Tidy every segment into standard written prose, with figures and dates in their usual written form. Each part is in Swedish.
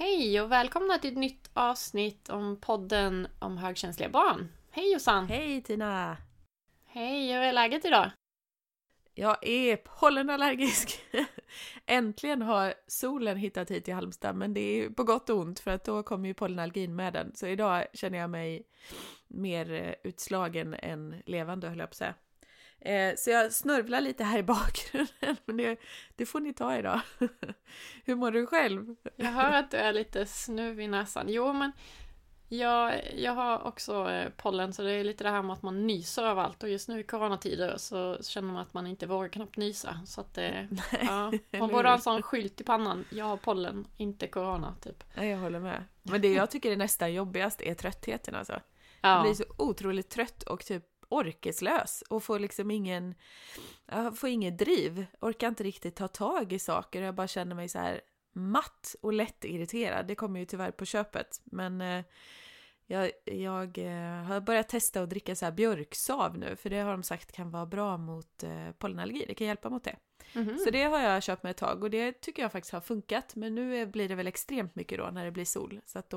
Hej och välkomna till ett nytt avsnitt om podden om högkänsliga barn. Hej Jossan! Hej Tina! Hej, hur är läget idag? Jag är pollenallergisk. Äntligen har solen hittat hit till Halmstad, men det är på gott och ont för att då kommer ju pollenallergin med den. Så idag känner jag mig mer utslagen än levande, höll jag på att säga. Så jag snörvlar lite här i bakgrunden, men det får ni ta idag. Hur mår du själv? Jag hör att du är lite snuv i näsan. Jo, men jag har också pollen, så det är lite det här med att man nyser överallt. Och just nu i coronatider så känner man att man inte vågar knappt nysa. Så att ja, man borde ha en sån skylt i pannan. Jag har pollen, inte corona, typ. Ja, jag håller med. Men det jag tycker är nästan jobbigast är tröttheten alltså. Ja. Jag blir så otroligt trött och typ orkeslös och får liksom inget driv. Orkar inte riktigt ta tag i saker. Jag bara känner mig så här matt och lätt irriterad. Det kommer ju tyvärr på köpet. Men jag har börjat testa att dricka så här björksav nu. För det har de sagt kan vara bra mot pollenallergi. Det kan hjälpa mot det. Mm-hmm. Så det har jag köpt med ett tag. Och det tycker jag faktiskt har funkat. Men nu blir det väl extremt mycket då när det blir sol. Så att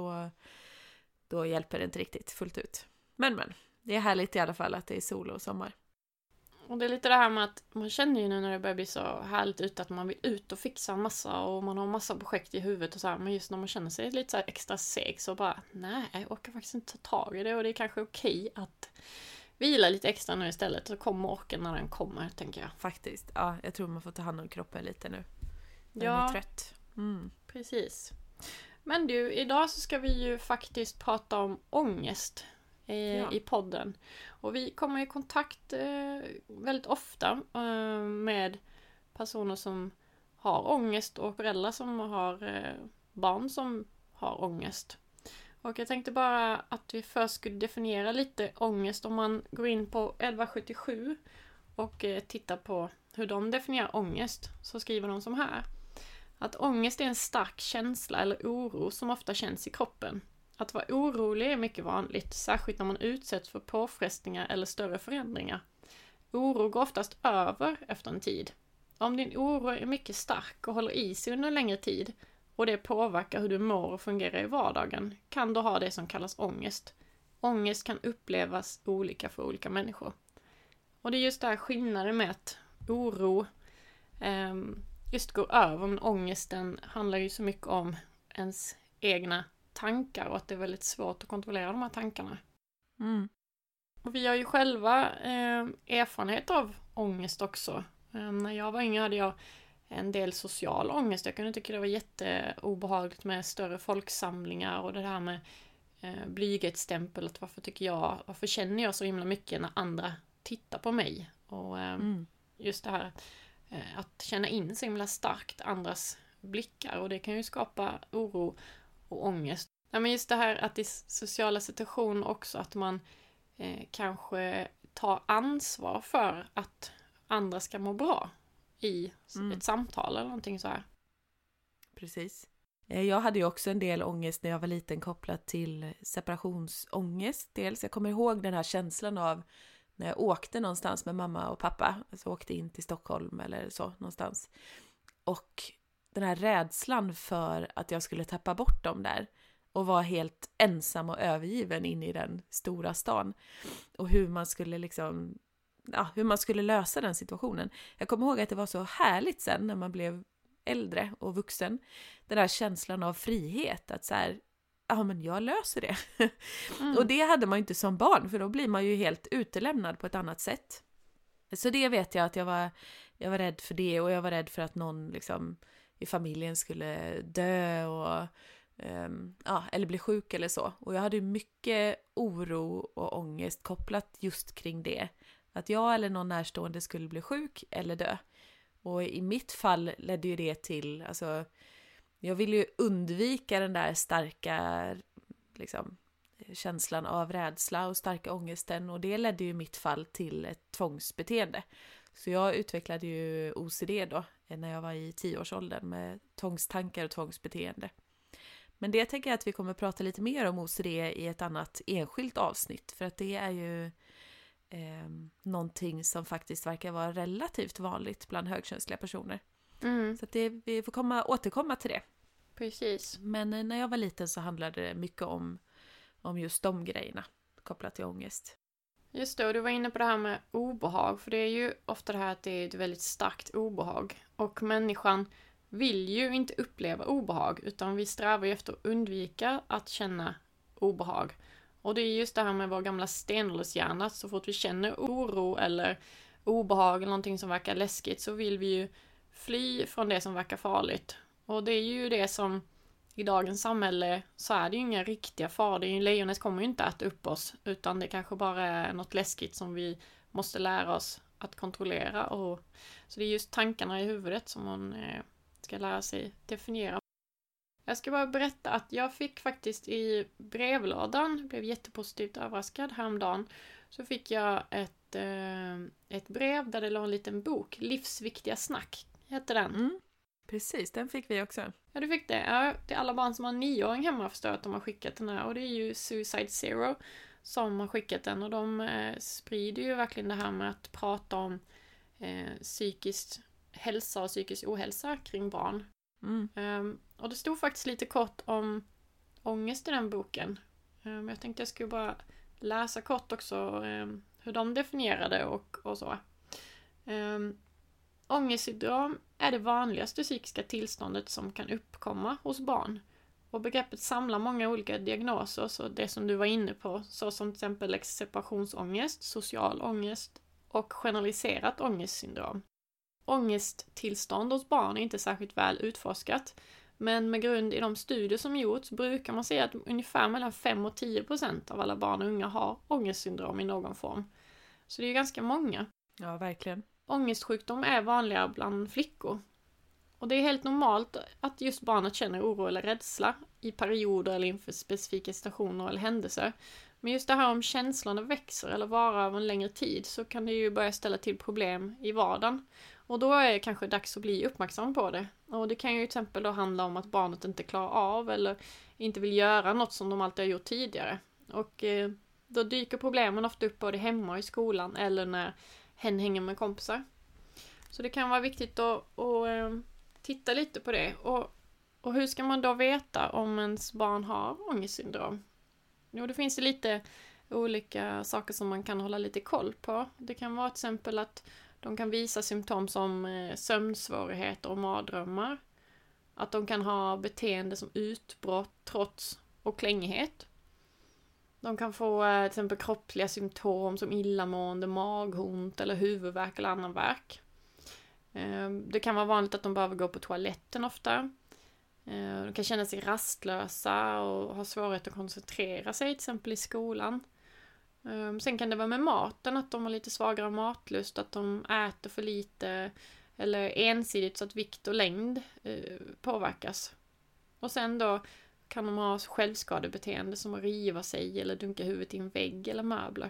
då hjälper det inte riktigt fullt ut. Men. Det är härligt i alla fall att det är sol och sommar. Och det är lite det här med att man känner ju nu när det börjar bli så härligt ut att man vill ut och fixa en massa och man har massa projekt i huvudet och så här. Men just när man känner sig lite så här extra seg så bara, nej, jag orkar faktiskt inte ta tag i det. Och det är kanske okej att vila lite extra nu istället. Så kommer orken när den kommer, tänker jag. Faktiskt, ja, jag tror man får ta hand om kroppen lite nu. Den är trött. Precis. Men du, idag så ska vi ju faktiskt prata om ångest i podden. Och vi kommer i kontakt väldigt ofta med personer som har ångest och föräldrar som har barn som har ångest. Och jag tänkte bara att vi först skulle definiera lite ångest. Om man går in på 1177 och tittar på hur de definierar ångest, så skriver de som här. Att ångest är en stark känsla eller oro som ofta känns i kroppen. Att vara orolig är mycket vanligt, särskilt när man utsätts för påfrestningar eller större förändringar. Oro går oftast över efter en tid. Om din oro är mycket stark och håller i sig under en längre tid och det påverkar hur du mår och fungerar i vardagen, kan du ha det som kallas ångest. Ångest kan upplevas olika för olika människor. Och det är just där skillnaden med att oro just går över, men ångesten handlar ju så mycket om ens egna tankar och att det är väldigt svårt att kontrollera de här tankarna. Och vi har ju själva erfarenhet av ångest också. När jag var yngre hade jag en del social ångest. Jag kunde tycka det var jätteobehagligt med större folksamlingar och det här med blyghetsstämpel. Varför känner jag så himla mycket när andra tittar på mig? Och just det här att känna in så himla starkt andras blickar, och det kan ju skapa oro och ångest. Ja, men just det här att i sociala situationer också att man kanske tar ansvar för att andra ska må bra i ett samtal eller någonting så här. Precis. Jag hade ju också en del ångest när jag var liten kopplat till separationsångest. Dels jag kommer ihåg den här känslan av när jag åkte någonstans med mamma och pappa. Alltså åkte in till Stockholm eller så någonstans. Och den här rädslan för att jag skulle tappa bort dem där. Och vara helt ensam och övergiven in i den stora stan. Och hur man skulle lösa den situationen. Jag kommer ihåg att det var så härligt sen när man blev äldre och vuxen. Den där känslan av frihet. Att så här, men jag löser det. Och det hade man ju inte som barn. För då blir man ju helt utelämnad på ett annat sätt. Så det vet jag att jag var rädd för det. Och jag var rädd för att någon liksom i familjen skulle dö och eller bli sjuk eller så. Och jag hade ju mycket oro och ångest kopplat just kring det. Att jag eller någon närstående skulle bli sjuk eller dö. Och i mitt fall ledde ju det till, alltså, jag ville ju undvika den där starka liksom, känslan av rädsla och starka ångesten. Och det ledde ju i mitt fall till ett tvångsbeteende. Så jag utvecklade ju OCD då när jag var i 10-årsåldern med tvångstankar och tvångsbeteende. Men det tänker jag att vi kommer att prata lite mer om OCD i ett annat enskilt avsnitt. För att det är ju någonting som faktiskt verkar vara relativt vanligt bland högkänsliga personer. Så att vi får återkomma till det. Precis. Men när jag var liten så handlade det mycket om just de grejerna kopplat till ångest. Just det, och du var inne på det här med obehag. För det är ju ofta det här att det är ett väldigt starkt obehag. Och människan vill ju inte uppleva obehag. Utan vi strävar ju efter att undvika att känna obehag. Och det är just det här med vår gamla stenåldershjärna. Så fort vi känner oro eller obehag eller någonting som verkar läskigt så vill vi ju fly från det som verkar farligt. Och det är ju det som i dagens samhälle så är det ju inga riktiga faror. Lejonet kommer ju inte att äta upp oss utan det kanske bara är något läskigt som vi måste lära oss att kontrollera. Så det är just tankarna i huvudet som man ska lära sig definiera. Jag ska bara berätta att jag fick faktiskt i brevlådan, blev jättepositivt överraskad häromdagen, så fick jag ett brev där det låg en liten bok, Livsviktiga snack, heter den. Precis, den fick vi också. Ja, du fick det. Ja, det är alla barn som har 9-åring hemma förstår att de har skickat den här. Och det är ju Suicide Zero som har skickat den. Och de sprider ju verkligen det här med att prata om psykisk hälsa och psykisk ohälsa kring barn. Och det stod faktiskt lite kort om ångest i den boken. Jag tänkte jag skulle bara läsa kort också hur de definierade och så. Ångestsyndrom är det vanligaste psykiska tillståndet som kan uppkomma hos barn. Och begreppet samlar många olika diagnoser, så det som du var inne på, så som till exempel separationsångest, social ångest och generaliserat ångestsyndrom. Ångesttillstånd hos barn är inte särskilt väl utforskat, men med grund i de studier som gjorts brukar man säga att ungefär mellan 5 och 10% av alla barn och unga har ångestsyndrom i någon form. Så det är ganska många. Ja, verkligen. Ångestsjukdom är vanligare bland flickor. Och det är helt normalt att just barnet känner oro eller rädsla i perioder eller inför specifika situationer eller händelser. Men just det här om känslorna växer eller varar av en längre tid så kan det ju börja ställa till problem i vardagen. Och då är det kanske dags att bli uppmärksam på det. Och det kan ju till exempel då handla om att barnet inte klarar av eller inte vill göra något som de alltid har gjort tidigare. Och då dyker problemen ofta upp både hemma och i skolan eller när hen hänger med kompisar. Så det kan vara viktigt att titta lite på det. Och hur ska man då veta om ens barn har ångestsyndrom? Jo, det finns ju lite olika saker som man kan hålla lite koll på. Det kan vara till exempel att de kan visa symptom som sömnsvårigheter och mardrömmar. Att de kan ha beteende som utbrott, trots och klängighet. De kan få till exempel kroppsliga symptom som illamående, maghont eller huvudvärk eller annan värk. Det kan vara vanligt att de behöver gå på toaletten ofta. De kan känna sig rastlösa och ha svårighet att koncentrera sig till exempel i skolan. Sen kan det vara med maten, att de har lite svagare matlust, att de äter för lite eller ensidigt så att vikt och längd påverkas. Och sen då kan de ha självskadebeteende som att riva sig eller dunka huvudet i en vägg eller möbler.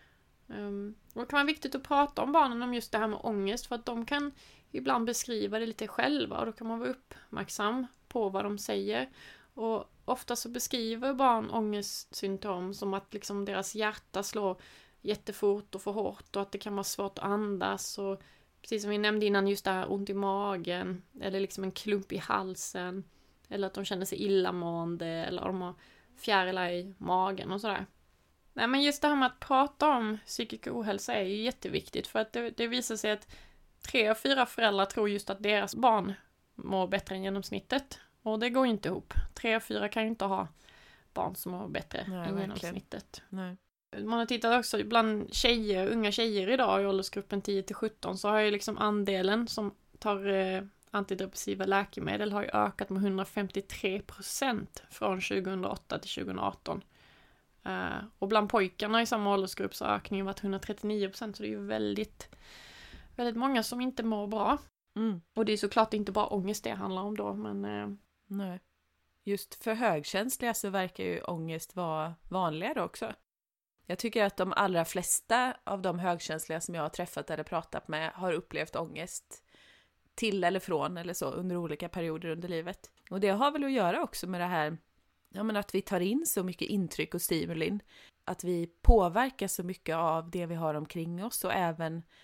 Och det kan vara viktigt att prata om barnen om just det här med ångest för att de kan ibland beskriva det lite själva och då kan man vara uppmärksam på vad de säger. Och ofta så beskriver barn ångestsymptom som att liksom deras hjärta slår jättefort och för hårt och att det kan vara svårt att andas och precis som vi nämnde innan just det här ont i magen eller liksom en klump i halsen eller att de känner sig illamående eller de har fjärilar i magen och sådär. Nej, men just det här med att prata om psykisk ohälsa är ju jätteviktigt för att det visar sig att 3 av 4 föräldrar tror just att deras barn mår bättre än genomsnittet. Och det går ju inte ihop. 3 av 4 kan ju inte ha barn som mår bättre än genomsnittet. Nej. Man har tittat också bland unga tjejer idag i åldersgruppen 10-17 så har ju liksom andelen som tar antidepressiva läkemedel har ju ökat med 153% från 2008 till 2018. Och bland pojkarna i samma åldersgrupp så har ökningen varit 139%, så det är ju väldigt, väldigt många som inte mår bra. Och det är såklart inte bara ångest det handlar om då, men... Nej. Just för högkänsliga så verkar ju ångest vara vanligare också. Jag tycker att de allra flesta av de högkänsliga som jag har träffat eller pratat med har upplevt ångest till eller från eller så under olika perioder under livet. Och det har väl att göra också med det här, ja, men att vi tar in så mycket intryck och stimulin. Att vi påverkas så mycket av det vi har omkring oss och även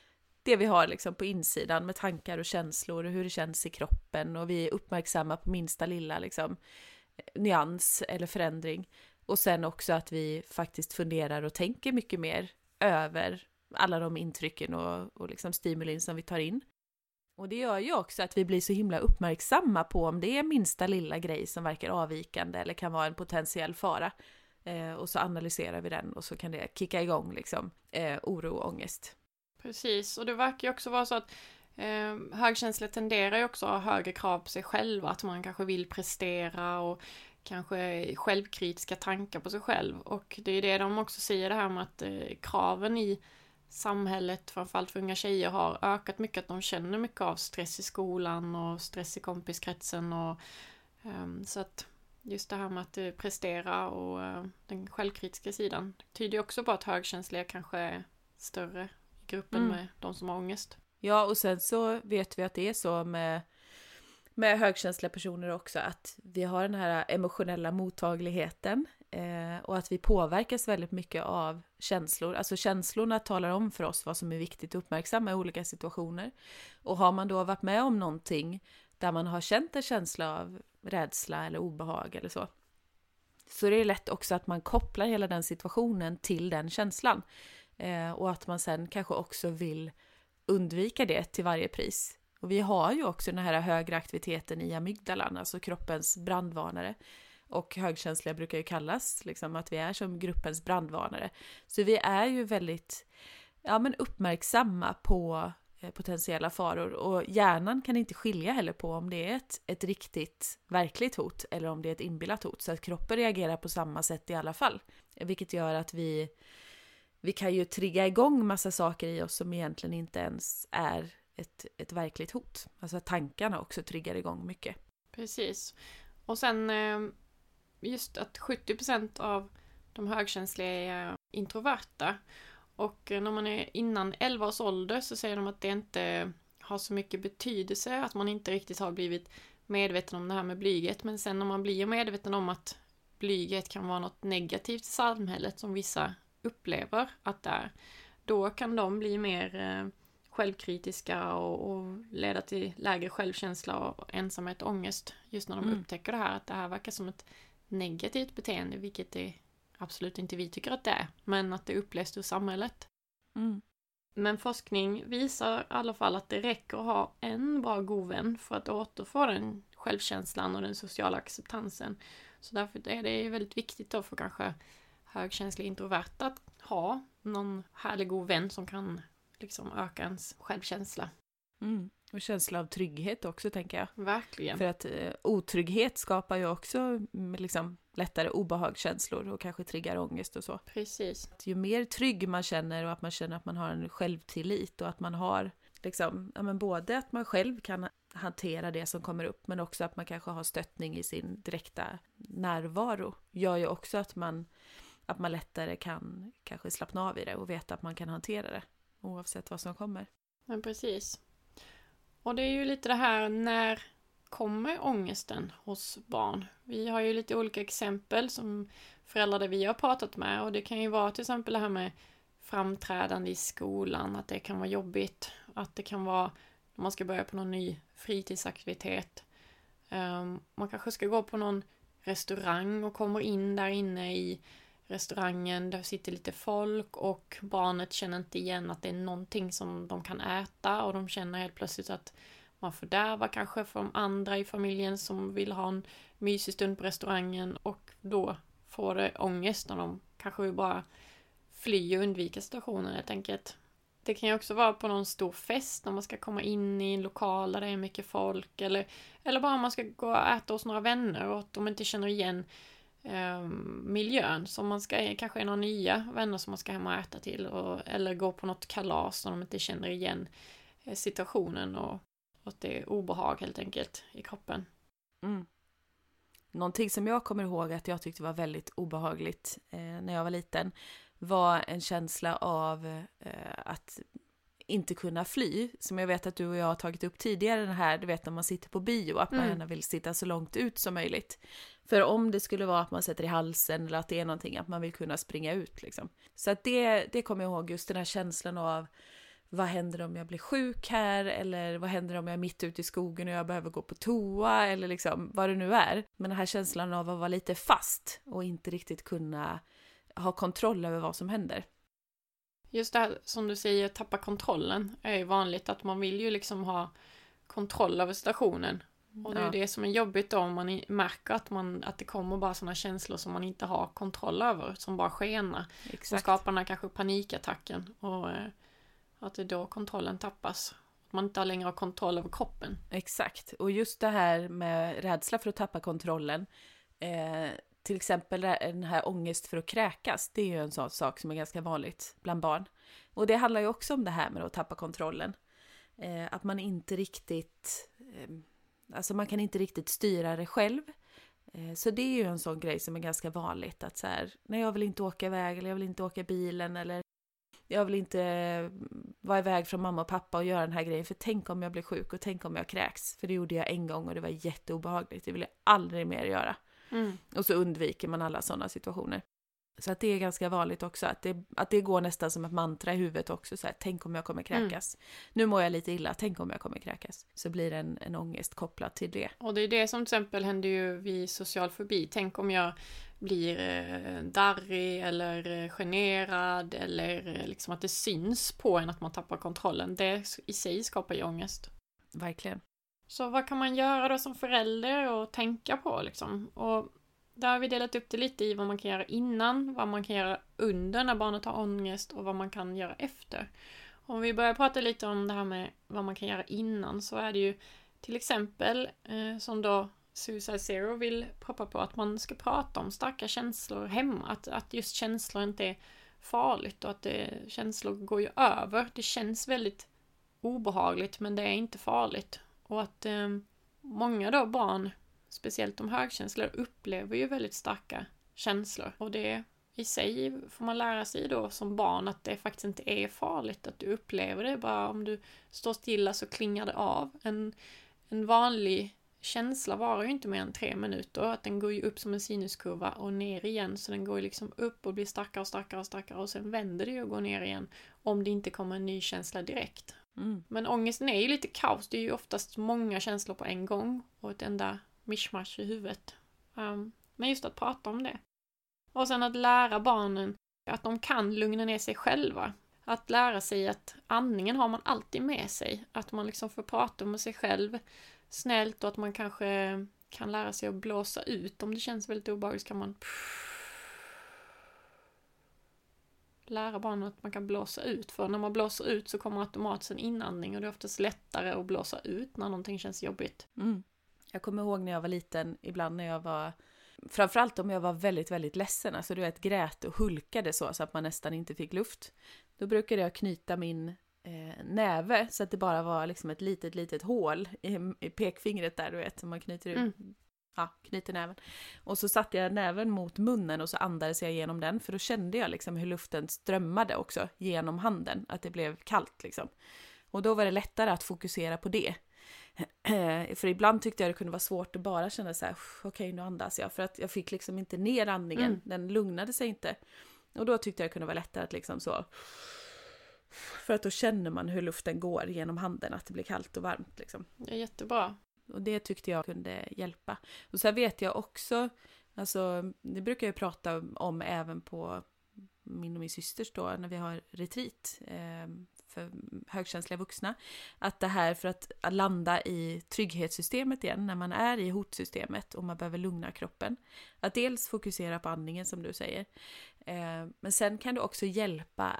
det vi har liksom på insidan med tankar och känslor och hur det känns i kroppen, och vi är uppmärksamma på minsta lilla liksom nyans eller förändring. Och sen också att vi faktiskt funderar och tänker mycket mer över alla de intrycken och liksom stimulin som vi tar in. Och det gör ju också att vi blir så himla uppmärksamma på om det är minsta lilla grej som verkar avvikande eller kan vara en potentiell fara. Och så analyserar vi den och så kan det kicka igång liksom oro och ångest. Precis, och det verkar ju också vara så att högkänsliga tenderar ju också att ha högre krav på sig själva, att man kanske vill prestera och kanske självkritiska tankar på sig själv. Och det är det de också säger, det här med att kraven i samhället, framförallt för unga tjejer, har ökat mycket, att de känner mycket av stress i skolan och stress i kompiskretsen. Och, så att just det här med att prestera och den självkritiska sidan tyder ju också på att högkänsliga kanske är större i gruppen med de som har ångest. Ja, och sen så vet vi att det är så med högkänsliga personer också, att vi har den här emotionella mottagligheten och att vi påverkas väldigt mycket av känslor. Alltså känslorna talar om för oss vad som är viktigt att uppmärksamma i olika situationer. Och har man då varit med om någonting där man har känt en känsla av rädsla eller obehag eller så är det lätt också att man kopplar hela den situationen till den känslan. Och att man sen kanske också vill undvika det till varje pris. Och vi har ju också den här högre aktiviteten i amygdalan, alltså kroppens brandvarnare. Och högkänsliga brukar ju kallas liksom att vi är som gruppens brandvarnare. Så vi är ju väldigt uppmärksamma på potentiella faror. Och hjärnan kan inte skilja heller på om det är ett riktigt, verkligt hot eller om det är ett inbillat hot. Så att kroppen reagerar på samma sätt i alla fall. Vilket gör att vi kan ju trigga igång massa saker i oss som egentligen inte ens är ett verkligt hot. Alltså att tankarna också triggar igång mycket. Precis. Och sen just att 70% av de högkänsliga är introverta. Och när man är innan 11 års ålder så säger de att det inte har så mycket betydelse, att man inte riktigt har blivit medveten om det här med blyghet. Men sen när man blir medveten om att blyghet kan vara något negativt i samhället som vissa upplever att det är, då kan de bli mer självkritiska och leda till lägre självkänsla och ensamhet och ångest just när de upptäcker det här, att det här verkar som ett negativt beteende, vilket det absolut inte vi tycker att det är, men att det upplevs ur samhället. Men forskning visar i alla fall att det räcker att ha en bra god vän för att återfå den självkänslan och den sociala acceptansen. Så därför är det väldigt viktigt då för kanske högkänsliga introverta att ha någon härlig god vän som kan liksom öka ens självkänsla. Och känsla av trygghet också, tänker jag. Verkligen. För att otrygghet skapar ju också liksom lättare obehagskänslor och kanske triggar ångest och så. Precis. Ju mer trygg man känner och att man känner att man har en självtillit och att man har liksom, både att man själv kan hantera det som kommer upp, men också att man kanske har stöttning i sin direkta närvaro, gör ju också att man lättare kan kanske slappna av i det och veta att man kan hantera det oavsett vad som kommer. Men precis. Och det är ju lite det här, när kommer ångesten hos barn? Vi har ju lite olika exempel som föräldrar där vi har pratat med, och det kan ju vara till exempel det här med framträdande i skolan, att det kan vara jobbigt, att det kan vara när man ska börja på någon ny fritidsaktivitet. Man kanske ska gå på någon restaurang och kommer in där inne i restaurangen, där sitter lite folk och barnet känner inte igen att det är någonting som de kan äta, och de känner helt plötsligt att man fördärvar kanske för de andra i familjen som vill ha en mysig stund på restaurangen, och då får det ångest när de kanske vill bara fly och undvika situationen helt enkelt. Det kan ju också vara på någon stor fest när man ska komma in i en lokal där det är mycket folk, eller bara om man ska gå och äta hos några vänner och att de inte känner igen miljön, som man ska, kanske är några nya vänner som man ska hem och äta till, eller gå på något kalas när de inte känner igen situationen, och att det är obehag helt enkelt i kroppen. Någonting som jag kommer ihåg att jag tyckte var väldigt obehagligt när jag var liten var en känsla av att inte kunna fly, som jag vet att du och jag har tagit upp tidigare, den här, du vet när man sitter på bio, att man gärna vill sitta så långt ut som möjligt. För om det skulle vara att man sätter i halsen eller att det är någonting, att man vill kunna springa ut liksom. Så att det kommer jag ihåg, just den här känslan av vad händer om jag blir sjuk här? Eller vad händer om jag är mitt ute i skogen och jag behöver gå på toa? Eller liksom vad det nu är. Men den här känslan av att vara lite fast och inte riktigt kunna ha kontroll över vad som händer. Just det här som du säger, tappa kontrollen, är ju vanligt att man vill ju liksom ha kontroll över situationen. Och det är ju det som är jobbigt då, om man märker att det kommer bara sådana känslor som man inte har kontroll över, som bara skenar. Exakt. Som skapar den här kanske panikattacken, och att det är då kontrollen tappas. Att man inte längre har kontroll över kroppen. Exakt, och just det här med rädsla för att tappa kontrollen, till exempel den här ångest för att kräkas, det är ju en sån sak som är ganska vanligt bland barn. Och det handlar ju också om det här med att tappa kontrollen. Att man inte riktigt, alltså man kan inte riktigt styra det själv. Så det är ju en sån grej som är ganska vanligt, att så här, nej, jag vill inte åka iväg, eller jag vill inte åka bilen, eller jag vill inte vara iväg från mamma och pappa och göra den här grejen, för tänk om jag blir sjuk och tänk om jag kräks. För det gjorde jag en gång och det var jätteobehagligt, det vill jag aldrig mer göra. Och så undviker man alla sådana situationer. Så att det är ganska vanligt också, att det går nästan som ett mantra i huvudet också. Så här, tänk om jag kommer kräkas. Nu mår jag lite illa, tänk om jag kommer kräkas. Så blir det en ångest kopplad till det. Och det är det som till exempel händer ju vid social fobi. Tänk om jag blir darrig eller generad, eller liksom att det syns på en att man tappar kontrollen. Det i sig skapar ju ångest. Verkligen. Så vad kan man göra då som förälder och tänka på liksom? Och där har vi delat upp det lite i vad man kan göra innan, vad man kan göra under när barnet har ångest och vad man kan göra efter. Om vi börjar prata lite om det här med vad man kan göra innan, så är det ju till exempel som då Suicide Zero vill proppa på, att man ska prata om starka känslor hemma. Att just känslor inte är farligt, och att känslor går ju över. Det känns väldigt obehagligt, men det är inte farligt. Och att många då barn, speciellt de högkänsliga, upplever ju väldigt starka känslor. Och det i sig får man lära sig då som barn, att det faktiskt inte är farligt att du upplever det. Bara om du står stilla så klingar det av. En vanlig känsla varar ju inte mer än 3 minuter. Att den går ju upp som en sinuskurva och ner igen. Så den går ju liksom upp och blir starkare och starkare och starkare. Och sen vänder det ju och går ner igen. Om det inte kommer en ny känsla direkt. Men ångesten är ju lite kaos. Det är ju oftast många känslor på en gång. Och ett enda mishmash i huvudet. Men just att prata om det. Och sen att lära barnen att de kan lugna ner sig själva. Att lära sig att andningen har man alltid med sig. Att man liksom får prata med sig själv snällt, och att man kanske kan lära sig att blåsa ut. Om det känns väldigt obehagligt kan man lära barnen att man kan blåsa ut. För när man blåser ut så kommer automatiskt en inandning, och det är oftast lättare att blåsa ut när någonting känns jobbigt. Jag kommer ihåg när jag var liten, ibland när jag var, framförallt om jag var väldigt, väldigt ledsen, alltså du vet, grät och hulkade så att man nästan inte fick luft. Då brukade jag knyta min näve så att det bara var liksom ett litet hål i pekfingret där, du vet, som man knyter ut. Knyter näven. Och så satte jag näven mot munnen och så andades jag genom den, för då kände jag liksom hur luften strömmade också genom handen, att det blev kallt liksom. Och då var det lättare att fokusera på det. För ibland tyckte jag det kunde vara svårt att bara känna så här, okej, nu andas jag, för att jag fick liksom inte ner andningen, den lugnade sig inte. Och då tyckte jag det kunde vara lättare att liksom så, för att då känner man hur luften går genom handen, att det blir kallt och varmt liksom. Det är jättebra. Och det tyckte jag kunde hjälpa. Och så vet jag också, alltså det brukar jag prata om även på min och min systers då, när vi har retreat för högkänsliga vuxna, att det här för att landa i trygghetssystemet igen, när man är i hotsystemet och man behöver lugna kroppen, att dels fokusera på andningen som du säger, men sen kan det också hjälpa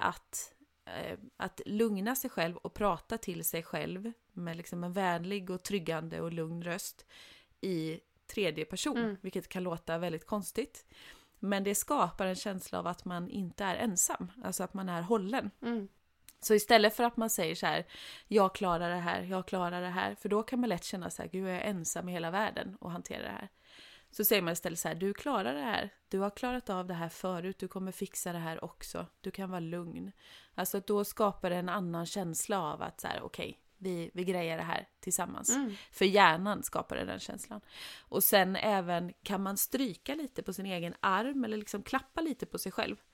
att lugna sig själv och prata till sig själv med liksom en vänlig och tryggande och lugn röst i tredje person, vilket kan låta väldigt konstigt. Men det skapar en känsla av att man inte är ensam, alltså att man är hållen. Så istället för att man säger så här, jag klarar det här, för då kan man lätt känna så här, gud, jag är ensam i hela världen och hantera det här. Så säger man istället så här, du klarar det här, du har klarat av det här förut, du kommer fixa det här också, du kan vara lugn. Alltså att då skapar det en annan känsla av att så här, okej, vi grejer det här tillsammans. För hjärnan skapar det den känslan. Och sen även kan man stryka lite på sin egen arm eller liksom klappa lite på sig själv.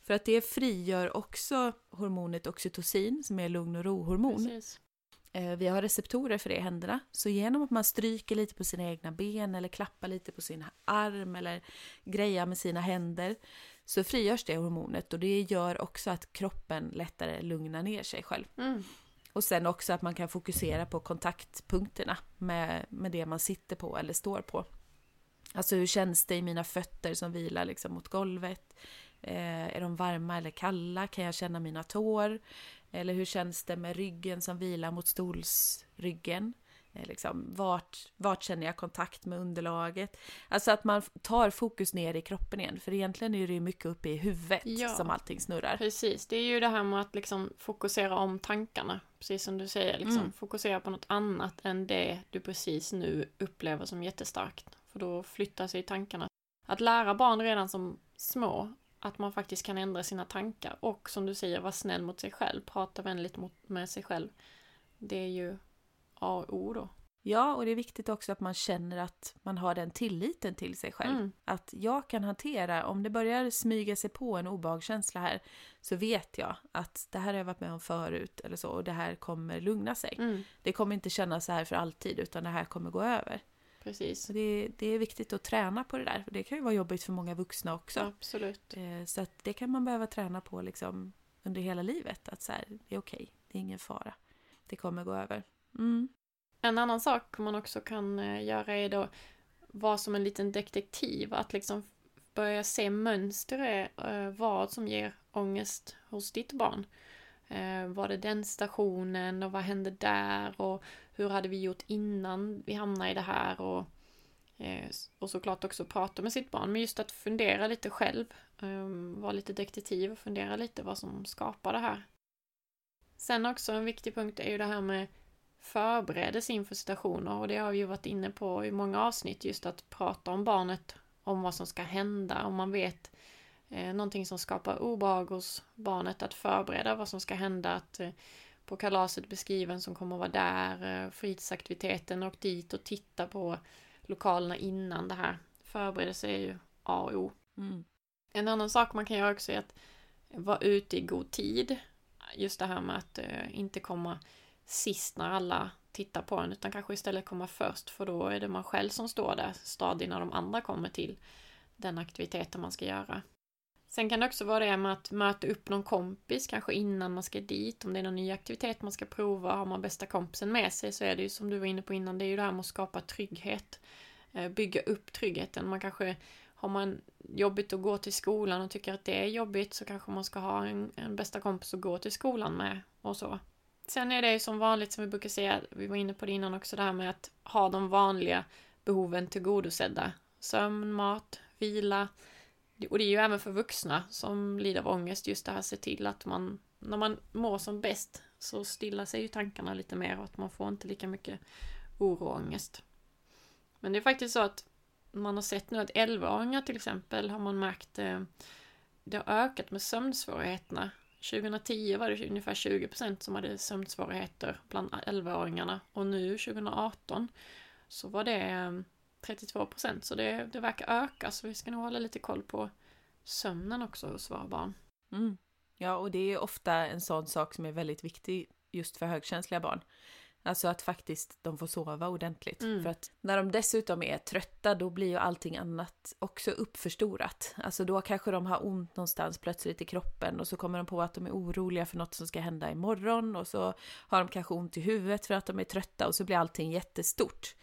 För att det frigör också hormonet oxytocin som är lugn- och rohormon. Precis. Vi har receptorer för det i händerna. Så genom att man stryker lite på sina egna ben eller klappar lite på sin arm eller grejar med sina händer så frigörs det hormonet och det gör också att kroppen lättare lugnar ner sig själv. Och sen också att man kan fokusera på kontaktpunkterna med det man sitter på eller står på. Alltså hur känns det i mina fötter som vilar liksom mot golvet? Är de varma eller kalla? Kan jag känna mina tår? Eller hur känns det med ryggen som vilar mot stolsryggen? Liksom, vart känner jag kontakt med underlaget? Alltså att man tar fokus ner i kroppen igen. För egentligen är det ju mycket uppe i huvudet som allting snurrar. Precis, det är ju det här med att liksom fokusera om tankarna. Precis som du säger, liksom, fokusera på något annat än det du precis nu upplever som jättestarkt. För då flyttar sig tankarna. Att lära barn redan som små att man faktiskt kan ändra sina tankar. Och som du säger, vara snäll mot sig själv. Prata vänligt med sig själv. Det är ju A och O då. Ja, och det är viktigt också att man känner att man har den tilliten till sig själv. Att jag kan hantera, om det börjar smyga sig på en obehagskänsla här, så vet jag att det här har jag varit med om förut eller så, och det här kommer lugna sig. Det kommer inte kännas så här för alltid, utan det här kommer gå över. Precis. Det är viktigt att träna på det där. Det kan ju vara jobbigt för många vuxna också. Absolut. Så att det kan man behöva träna på liksom under hela livet. Att så här, det är okej, det är ingen fara. Det kommer gå över. En annan sak man också kan göra är då vara som en liten detektiv. Att liksom börja se mönster vad som ger ångest hos ditt barn. Var det den stationen och vad hände där och hur hade vi gjort innan vi hamnade i det här och såklart också prata med sitt barn. Men just att fundera lite själv, vara lite detektiv och fundera lite vad som skapar det här. Sen också en viktig punkt är ju det här med förberedelse inför situationer, och det har vi ju varit inne på i många avsnitt, just att prata om barnet, om vad som ska hända, om man vet någonting som skapar obehag hos barnet, att förbereda vad som ska hända, att på kalaset beskriva vem som kommer att vara där, fritidsaktiviteten, och dit och titta på lokalerna innan det här. Förberedelse är ju A och O. En annan sak man kan göra också är att vara ute i god tid. Just det här med att inte komma sist när alla tittar på en, utan kanske istället komma först, för då är det man själv som står där stadig när de andra kommer till den aktiviteten man ska göra. Sen kan det också vara det med att möta upp någon kompis kanske innan man ska dit, om det är någon ny aktivitet man ska prova. Har man bästa kompisen med sig så är det ju som du var inne på innan, det är ju det här med att skapa trygghet, bygga upp tryggheten. Man kanske, har man jobbigt att gå till skolan och tycker att det är jobbigt, så kanske man ska ha en bästa kompis att gå till skolan med och så. Sen är det ju som vanligt, som vi brukar säga, vi var inne på det innan också, det här med att ha de vanliga behoven tillgodosedda. Sömn, mat, vila. Och det är ju även för vuxna som lider av ångest, just det här, se till att man, när man mår som bäst, så stillar sig ju tankarna lite mer och att man får inte lika mycket oro och ångest. Men det är faktiskt så att man har sett nu att 11-åringar till exempel, har man märkt, det har ökat med sömnsvårigheterna. 2010 var det ungefär 20% som hade sömnsvårigheter bland 11-åringarna, och nu 2018 så var det 32%, så det verkar öka, så vi ska nog hålla lite koll på sömnen också hos våra barn. Ja, och det är ofta en sån sak som är väldigt viktig just för högkänsliga barn. Alltså att faktiskt de får sova ordentligt. För att när de dessutom är trötta, då blir ju allting annat också uppförstorat. Alltså då kanske de har ont någonstans plötsligt i kroppen, och så kommer de på att de är oroliga för något som ska hända imorgon, och så har de kanske ont i huvudet för att de är trötta, och så blir allting jättestort.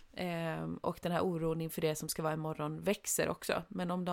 Och den här oron inför det som ska vara imorgon växer också. Men om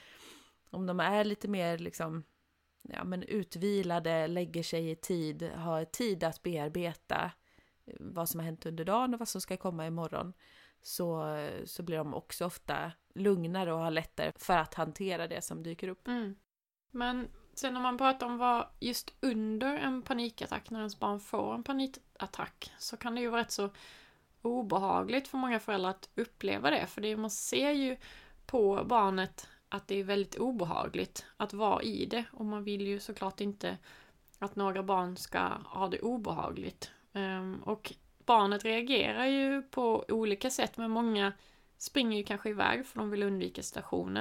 de är lite mer liksom, ja, men utvilade, lägger sig i tid, har tid att bearbeta vad som har hänt under dagen och vad som ska komma imorgon, så blir de också ofta lugnare och har lättare för att hantera det som dyker upp. Men sen när man pratar om vad just under en panikattack, när ens barn får en panikattack, så kan det ju vara rätt så obehagligt för många föräldrar att uppleva det, för man ser ju på barnet att det är väldigt obehagligt att vara i det, och man vill ju såklart inte att några barn ska ha det obehagligt. Och barnet reagerar ju på olika sätt, men många springer ju kanske iväg för de vill undvika situationen.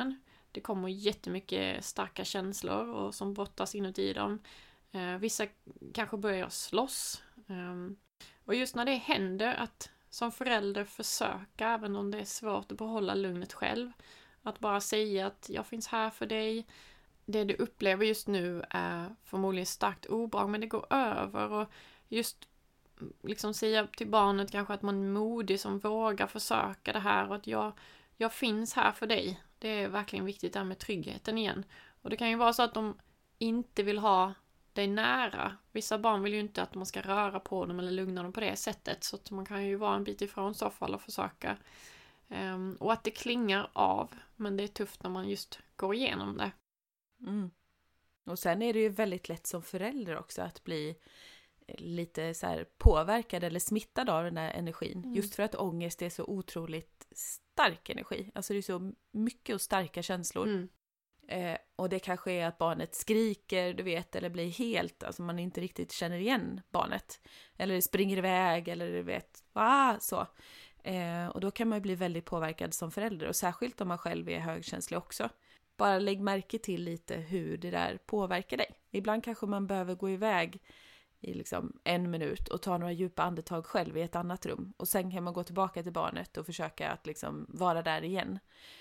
det kommer jättemycket starka känslor och som brottas inuti dem. Vissa kanske börjar slåss. Och just när det händer, att som förälder försöka, även om det är svårt att behålla lugnet själv, att bara säga att jag finns här för dig. Det du upplever just nu är förmodligen starkt obehag, men det går över. Och just liksom säga till barnet kanske att man är modig som vågar försöka det här, och att jag finns här för dig. Det är verkligen viktigt där med tryggheten igen. Och det kan ju vara så att de inte vill ha dig nära. Vissa barn vill ju inte att man ska röra på dem eller lugna dem på det sättet. Så att man kan ju vara en bit ifrån så fall och försöka. Och att det klingar av. Men det är tufft när man just går igenom det. Mm. Och sen är det ju väldigt lätt som förälder också att bli lite så här påverkad eller smittad av den där energin. Just för att ångest är så otroligt stark energi. Alltså det är så mycket och starka känslor. Och det kanske är att barnet skriker, du vet, eller blir helt, alltså man inte riktigt känner igen barnet. Eller springer iväg, eller du vet, så. Och då kan man ju bli väldigt påverkad som förälder, och särskilt om man själv är högkänslig också. Bara lägg märke till lite hur det där påverkar dig. Ibland kanske man behöver gå iväg i liksom 1 minut och ta några djupa andetag själv i ett annat rum. Och sen kan man gå tillbaka till barnet och försöka att liksom vara där igen.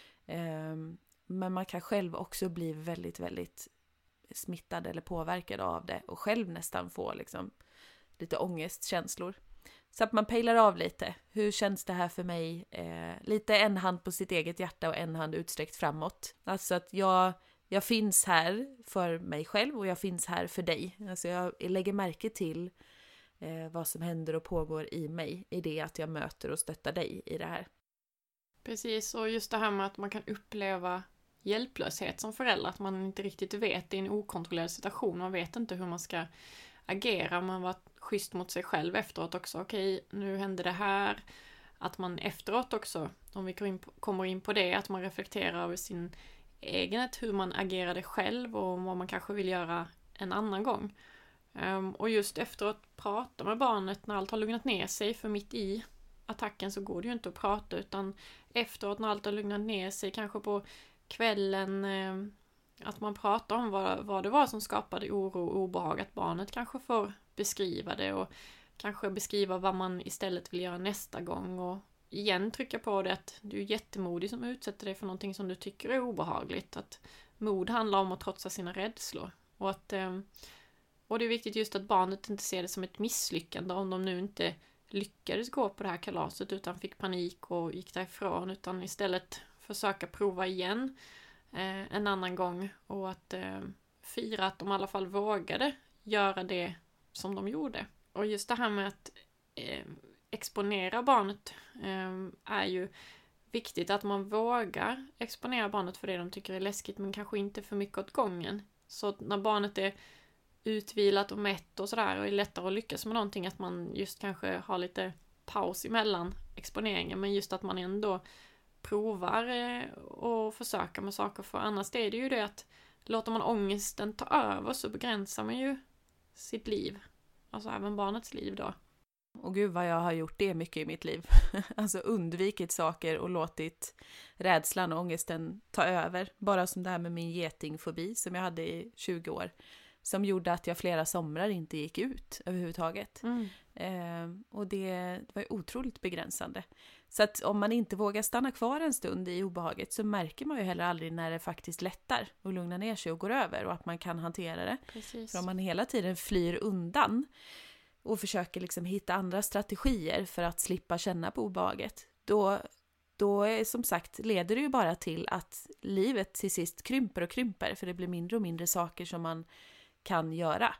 Men man kan själv också bli väldigt, väldigt smittad eller påverkad av det. Och själv nästan få liksom lite ångestkänslor. Så att man pejlar av lite. Hur känns det här för mig? Lite en hand på sitt eget hjärta och en hand utsträckt framåt. Alltså att jag finns här för mig själv och jag finns här för dig. Alltså jag lägger märke till vad som händer och pågår i mig. I det att jag möter och stöttar dig i det här. Precis, och just det här med att man kan uppleva hjälplöshet som förälder. Att man inte riktigt vet, det är en okontrollerad situation. Man vet inte hur man ska agera. Man var schysst mot sig själv efteråt också. Okej, nu hände det här. Att man efteråt också, om vi kommer in på det, att man reflekterar över sin eget, hur man agerade själv och vad man kanske vill göra en annan gång. Och just efteråt prata med barnet när allt har lugnat ner sig, för mitt i attacken så går det ju inte att prata, utan efteråt när allt har lugnat ner sig, kanske på kvällen, att man pratar om vad det var som skapade oro och obehag, att barnet kanske får beskriva det och kanske beskriva vad man istället vill göra nästa gång, och igen trycka på det att du är jättemodig som utsätter dig för någonting som du tycker är obehagligt, att mod handlar om att trotsa sina rädslor, och att och det är viktigt just att barnet inte ser det som ett misslyckande om de nu inte lyckades gå på det här kalaset utan fick panik och gick därifrån, utan istället försöka prova igen en annan gång, och att fira att de i alla fall vågade göra det som de gjorde. Och just det här med att exponera barnet är ju viktigt, att man vågar exponera barnet för det de tycker är läskigt, men kanske inte för mycket åt gången. Så när barnet är utvilat och mätt och sådär och är lättare att lyckas med någonting, att man just kanske har lite paus emellan exponeringen, men just att man ändå provar och försöker med saker, för annars är det ju det att låter man ångesten ta över så begränsar man ju sitt liv, alltså även barnets liv då. Och gud vad jag har gjort det mycket i mitt liv. Alltså undvikit saker och låtit rädslan och ångesten ta över. Bara som det här med min getingfobi som jag hade i 20 år. Som gjorde att jag flera somrar inte gick ut överhuvudtaget. Och det var ju otroligt begränsande. Så att om man inte vågar stanna kvar en stund i obehaget så märker man ju heller aldrig när det faktiskt lättar och lugnar ner sig och går över och att man kan hantera det. Precis. För om man hela tiden flyr undan och försöker liksom hitta andra strategier för att slippa känna på obehaget, då är, som sagt, leder det ju bara till att livet till sist krymper och krymper, för det blir mindre och mindre saker som man kan göra.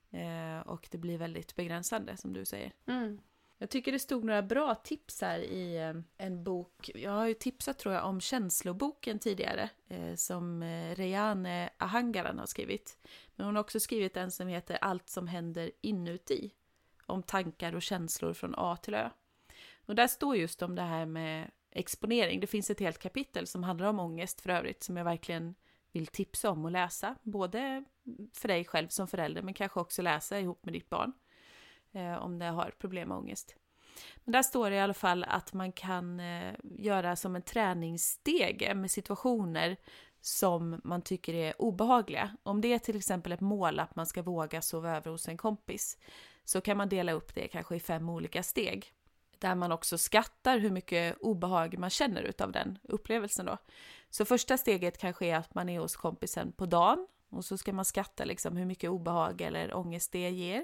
Och det blir väldigt begränsande, som du säger. Jag tycker det stod några bra tips här i en bok. Jag har ju tipsat, tror jag, om känsloboken tidigare, som Rejane Ahangaran har skrivit. Men hon har också skrivit en som heter Allt som händer inuti, om tankar och känslor från A till Ö. Och där står just om det här med exponering. Det finns ett helt kapitel som handlar om ångest för övrigt, som jag verkligen vill tipsa om och läsa. Både för dig själv som förälder, men kanske också läsa ihop med ditt barn om det har problem med ångest. Men där står det i alla fall att man kan göra som en träningsstege med situationer som man tycker är obehagliga. Om det är till exempel ett mål att man ska våga sova över hos en kompis, så kan man dela upp det kanske i 5 olika steg. Där man också skattar hur mycket obehag man känner utav den upplevelsen då. Så första steget kanske är att man är hos kompisen på dagen. Och så ska man skatta liksom hur mycket obehag eller ångest det ger.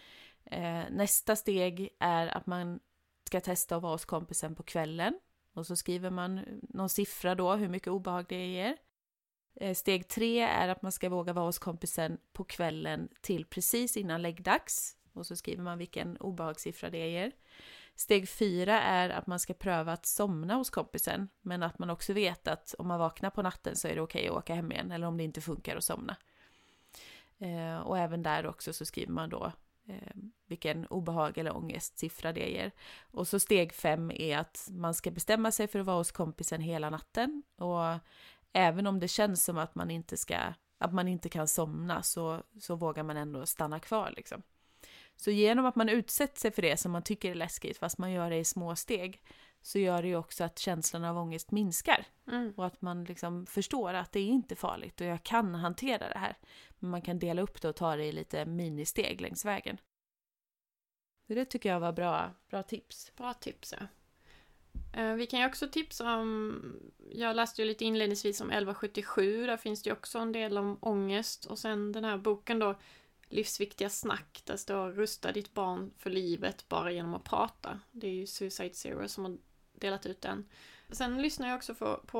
Nästa steg är att man ska testa att vara hos kompisen på kvällen. Och så skriver man någon siffra då, hur mycket obehag det ger. Steg 3 är att man ska våga vara hos kompisen på kvällen till precis innan läggdags. Och så skriver man vilken obehagssiffra det ger. Steg 4 är att man ska pröva att somna hos kompisen. Men att man också vet att om man vaknar på natten så är det okej att åka hem igen. Eller om det inte funkar att somna. Och även där också så skriver man då vilken obehag eller ångestsiffra det ger. Och så steg 5 är att man ska bestämma sig för att vara hos kompisen hela natten. Och även om det känns som att man inte kan somna, så vågar man ändå stanna kvar liksom. Så genom att man utsätter sig för det som man tycker är läskigt, fast man gör det i små steg, så gör det ju också att känslan av ångest minskar. Och att man liksom förstår att det är inte farligt och jag kan hantera det här. Men man kan dela upp det och ta det i lite ministeg längs vägen. Så det tycker jag var bra tips. Bra tips, ja. Vi kan ju också tipsa om, jag läste ju lite inledningsvis om 1177, där finns det ju också en del om ångest. Och sen den här boken då, Livsviktiga snack, där står rusta ditt barn för livet bara genom att prata. Det är ju Suicide Zero som har delat ut den. Sen lyssnar jag också på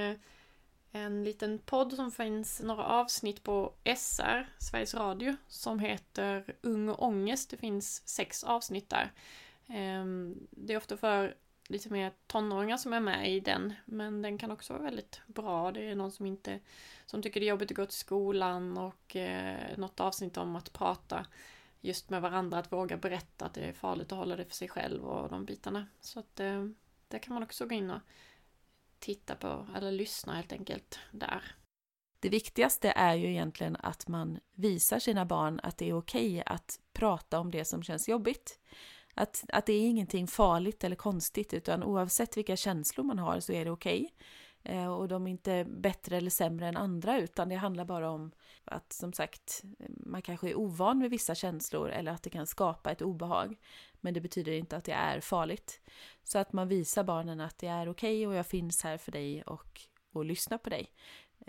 en liten podd som finns några avsnitt på SR, Sveriges Radio, som heter Ung och ångest. Det finns 6 avsnitt där. Det är ofta för lite mer tonåringar som är med i den, men den kan också vara väldigt bra. Det är någon som tycker det är jobbigt att gå till skolan, och något avsnitt om att prata just med varandra, att våga berätta att det är farligt att hålla det för sig själv och de bitarna. Så att det kan man också gå in och titta på eller lyssna helt enkelt där. Det viktigaste är ju egentligen att man visar sina barn att det är okej att prata om det som känns jobbigt. Att det är ingenting farligt eller konstigt, utan oavsett vilka känslor man har så är det okej. Och de är inte bättre eller sämre än andra, utan det handlar bara om att, som sagt, man kanske är ovan med vissa känslor eller att det kan skapa ett obehag. Men det betyder inte att det är farligt. Så att man visar barnen att det är okej och jag finns här för dig och lyssnar på dig.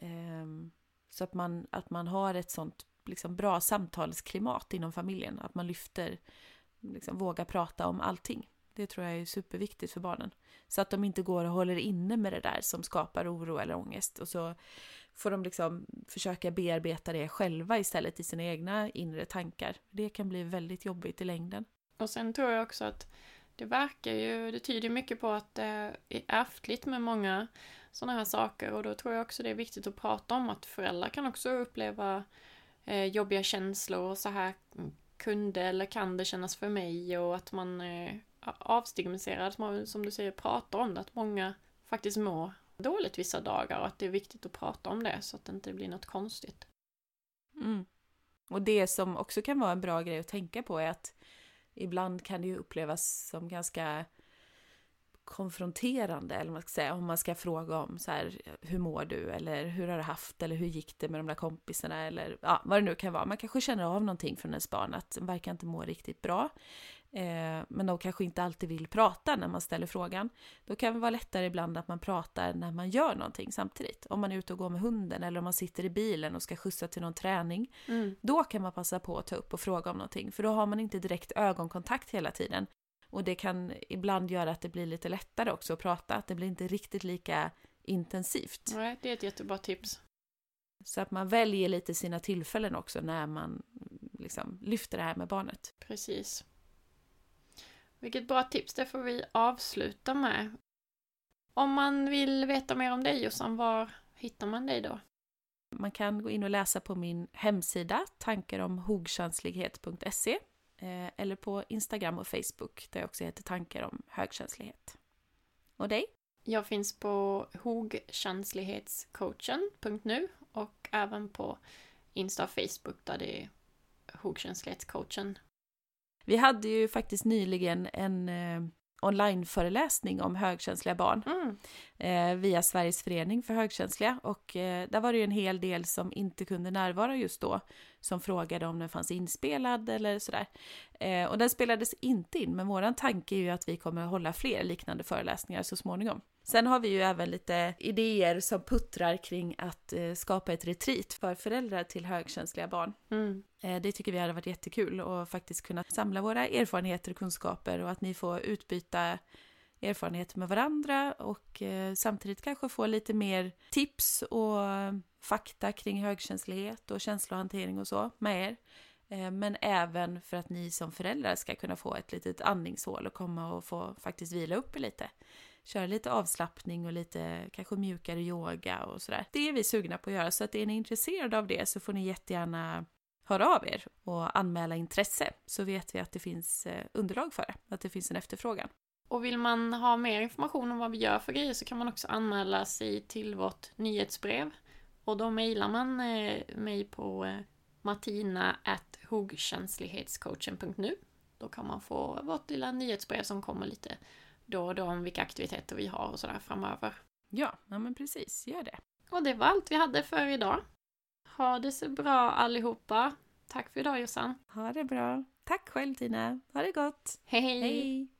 Så att man har ett sånt liksom bra samtalsklimat inom familjen. Att man vågar prata om allting. Det tror jag är superviktigt för barnen. Så att de inte går och håller inne med det där som skapar oro eller ångest. Och så får de försöka bearbeta det själva istället i sina egna inre tankar. Det kan bli väldigt jobbigt i längden. Och sen tror jag också att det tyder mycket på att det är ärftligt med många sådana här saker. Och då tror jag också det är viktigt att prata om att föräldrar kan också uppleva jobbiga känslor och så här kunde eller kan det kännas för mig, och att man avstigmatiserar, att man, som du säger, pratar om det, att många faktiskt mår dåligt vissa dagar och att det är viktigt att prata om det så att det inte blir något konstigt. Och det som också kan vara en bra grej att tänka på är att ibland kan det ju upplevas som ganska konfronterande, eller man ska säga, om man ska fråga om så här, hur mår du, eller hur har du haft, eller hur gick det med de där kompisarna, eller vad det nu kan vara. Man kanske känner av någonting från ens barn, att de verkar inte må riktigt bra, men de kanske inte alltid vill prata när man ställer frågan. Då kan det vara lättare ibland att man pratar när man gör någonting samtidigt. Om man är ute och går med hunden, eller om man sitter i bilen och ska skjutsa till någon träning, då kan man passa på att ta upp och fråga om någonting, för då har man inte direkt ögonkontakt hela tiden. Och det kan ibland göra att det blir lite lättare också att prata. Att det blir inte riktigt lika intensivt. Nej, det är ett jättebra tips. Så att man väljer lite sina tillfällen också när man lyfter det här med barnet. Precis. Vilket bra tips, det får vi avsluta med. Om man vill veta mer om dig, Jossan, var hittar man dig då? Man kan gå in och läsa på min hemsida tankaromhogkänslighet.se eller på Instagram och Facebook där jag också heter Tankar om högkänslighet. Och dig? Jag finns på hogkänslighetscoachen.nu och även på Insta och Facebook där det är hogkänslighetscoachen. Vi hade ju faktiskt nyligen onlineföreläsning om högkänsliga barn via Sveriges förening för högkänsliga, och där var det ju en hel del som inte kunde närvara just då, som frågade om den fanns inspelad eller sådär. Och den spelades inte in, men våran tanke är ju att vi kommer att hålla fler liknande föreläsningar så småningom. Sen har vi ju även lite idéer som puttrar kring att skapa ett retreat för föräldrar till högkänsliga barn. Det tycker vi hade varit jättekul, och faktiskt kunna samla våra erfarenheter och kunskaper, och att ni får utbyta erfarenheter med varandra, och samtidigt kanske få lite mer tips och fakta kring högkänslighet och känslohantering och så med er. Men även för att ni som föräldrar ska kunna få ett litet andningshål och komma och få faktiskt vila upp lite. Köra lite avslappning och lite kanske mjukare yoga och sådär. Det är vi sugna på att göra, så att är ni intresserade av det så får ni jättegärna höra av er och anmäla intresse, så vet vi att det finns underlag för det, att det finns en efterfrågan. Och vill man ha mer information om vad vi gör för grejer så kan man också anmäla sig till vårt nyhetsbrev, och då mejlar man mig på martina@hogkänslighetscoachen.nu. Då kan man få vårt lilla nyhetsbrev som kommer lite då och då om vilka aktiviteter vi har och sådär framöver. Ja, men precis, gör det. Och det var allt vi hade för idag. Ha det så bra allihopa. Tack för idag, Jossan. Ha det bra. Tack själv, Tina. Ha det gott. Hej. Hej.